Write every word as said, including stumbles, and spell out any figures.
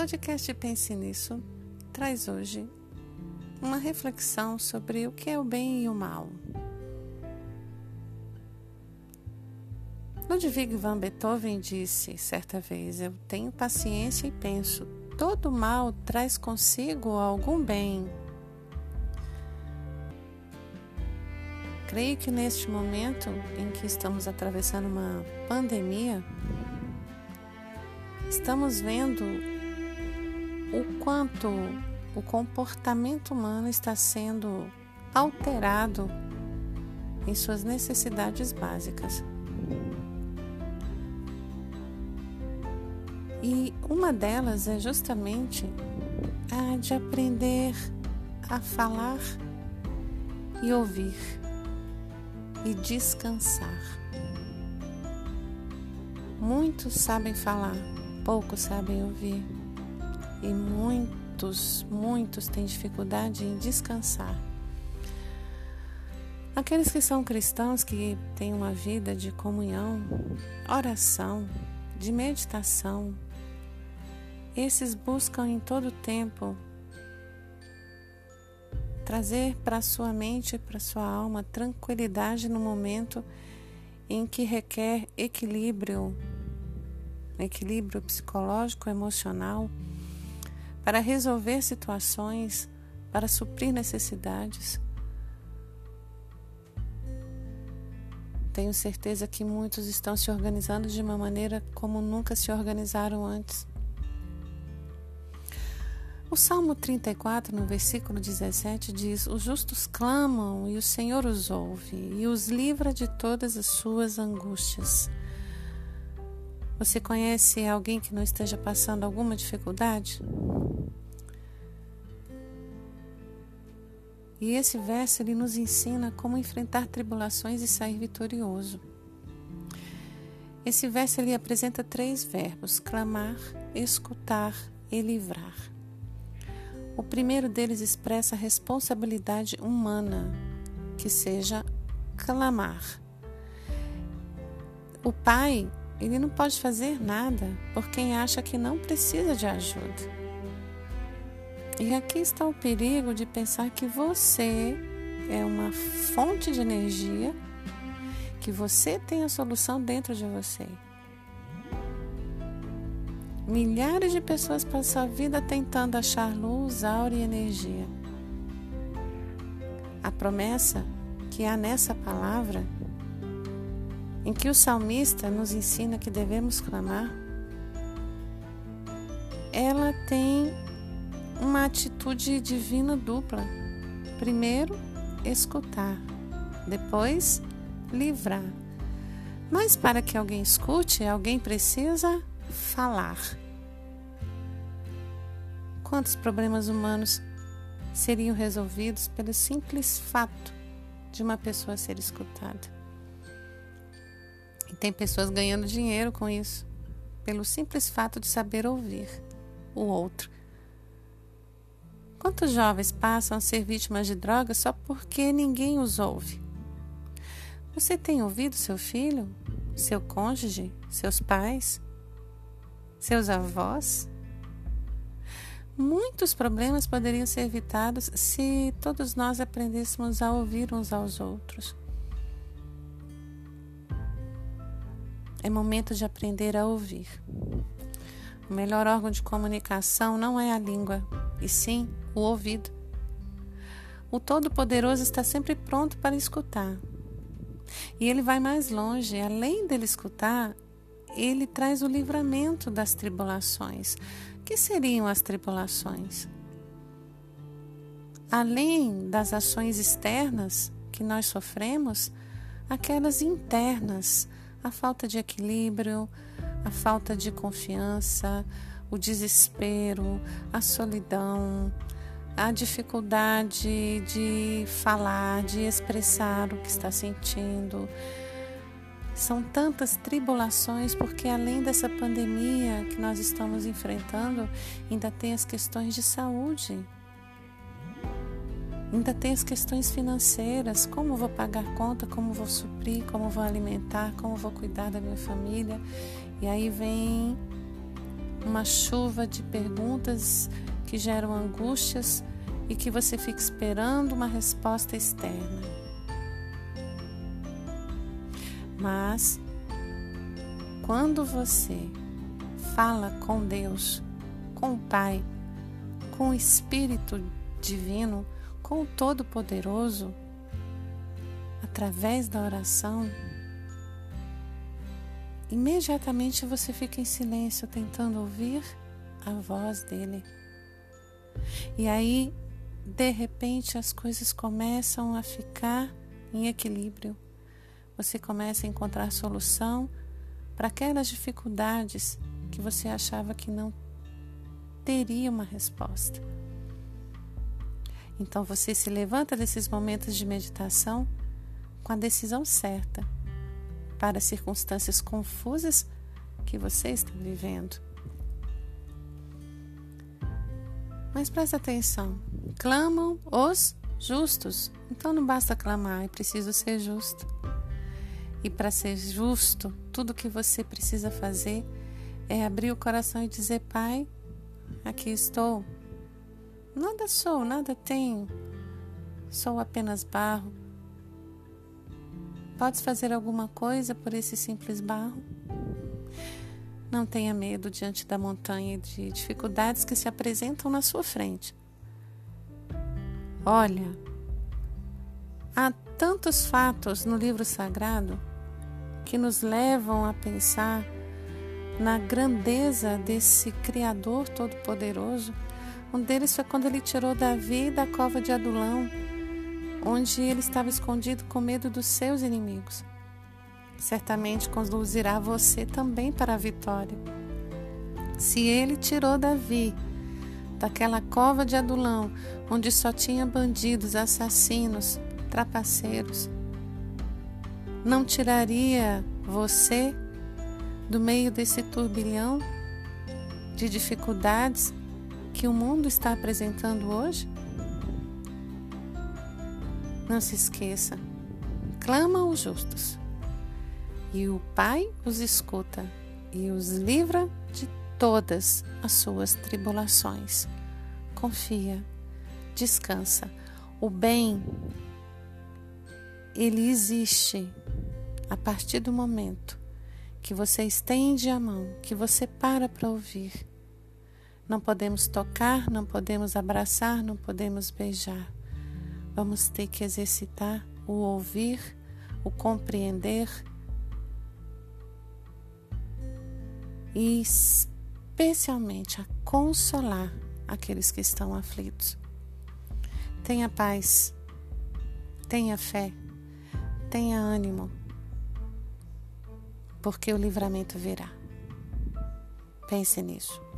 podcast Pense Nisso traz hoje uma reflexão sobre o que é o bem e o mal. Ludwig van Beethoven disse certa vez: eu tenho paciência e penso, todo mal traz consigo algum bem. Creio que neste momento em que estamos atravessando uma pandemia, estamos vendo o quanto o comportamento humano está sendo alterado em suas necessidades básicas. E uma delas é justamente a de aprender a falar e ouvir e descansar. Muitos sabem falar, poucos sabem ouvir. E muitos, muitos têm dificuldade em descansar. Aqueles que são cristãos, que têm uma vida de comunhão, oração, de meditação, esses buscam em todo tempo trazer para a sua mente e para a sua alma tranquilidade no momento em que requer equilíbrio, equilíbrio psicológico, emocional, para resolver situações, para suprir necessidades. Tenho certeza que muitos estão se organizando de uma maneira como nunca se organizaram antes. O Salmo trinta e quatro, no versículo dezessete, diz: os justos clamam e o Senhor os ouve e os livra de todas as suas angústias. Você conhece alguém que não esteja passando alguma dificuldade? E esse verso ele nos ensina como enfrentar tribulações e sair vitorioso. Esse verso ele apresenta três verbos: clamar, escutar e livrar. O primeiro deles expressa a responsabilidade humana, que seja clamar. O pai, ele não pode fazer nada por quem acha que não precisa de ajuda. E aqui está o perigo de pensar que você é uma fonte de energia, que você tem a solução dentro de você. Milhares de pessoas passam a vida tentando achar luz, aura e energia. A promessa que há nessa palavra, em que o salmista nos ensina que devemos clamar, ela tem uma atitude divina dupla. Primeiro, escutar. Depois, livrar. Mas para que alguém escute, alguém precisa falar. Quantos problemas humanos seriam resolvidos pelo simples fato de uma pessoa ser escutada? E tem pessoas ganhando dinheiro com isso, pelo simples fato de saber ouvir o outro. Quantos jovens passam a ser vítimas de drogas só porque ninguém os ouve? Você tem ouvido seu filho, seu cônjuge, seus pais, seus avós? Muitos problemas poderiam ser evitados se todos nós aprendêssemos a ouvir uns aos outros. É momento de aprender a ouvir. O melhor órgão de comunicação não é a língua, e sim o ouvido. O Todo-Poderoso está sempre pronto para escutar. E ele vai mais longe. Além dele escutar, ele traz o livramento das tribulações. O que seriam as tribulações? Além das ações externas que nós sofremos, aquelas internas, a falta de equilíbrio, a falta de confiança, o desespero, a solidão, a dificuldade de falar, de expressar o que está sentindo. São tantas tribulações, porque além dessa pandemia que nós estamos enfrentando, ainda tem as questões de saúde, ainda tem as questões financeiras: como vou pagar conta, como vou suprir, como vou alimentar, como vou cuidar da minha família. E aí vem uma chuva de perguntas que geram angústias e que você fica esperando uma resposta externa. Mas quando você fala com Deus, com o Pai, com o Espírito Divino, com o Todo-Poderoso, através da oração, imediatamente você fica em silêncio, tentando ouvir a voz dele. E aí, de repente, as coisas começam a ficar em equilíbrio. Você começa a encontrar solução para aquelas dificuldades que você achava que não teria uma resposta. Então você se levanta desses momentos de meditação com a decisão certa para as circunstâncias confusas que você está vivendo. Mas presta atenção, clamam os justos. Então não basta clamar, é preciso ser justo. E para ser justo, tudo que você precisa fazer é abrir o coração e dizer: Pai, aqui estou. Nada sou, nada tenho. Sou apenas barro. Podes fazer alguma coisa por esse simples barro? Não tenha medo diante da montanha de dificuldades que se apresentam na sua frente. Olha, há tantos fatos no livro sagrado que nos levam a pensar na grandeza desse Criador Todo-Poderoso. Um deles foi quando ele tirou Davi da cova de Adulão, onde ele estava escondido com medo dos seus inimigos. Certamente conduzirá você também para a vitória. Se ele tirou Davi daquela cova de Adulão, onde só tinha bandidos, assassinos, trapaceiros, não tiraria você do meio desse turbilhão de dificuldades que o mundo está apresentando hoje? Não se esqueça, clamam os justos, e o Pai os escuta e os livra de todas as suas tribulações. Confia, descansa. O bem, ele existe a partir do momento que você estende a mão, que você para para ouvir. Não podemos tocar, não podemos abraçar, não podemos beijar. Vamos ter que exercitar o ouvir, o compreender e especialmente a consolar aqueles que estão aflitos. Tenha paz, tenha fé, tenha ânimo, porque o livramento virá. Pense nisso.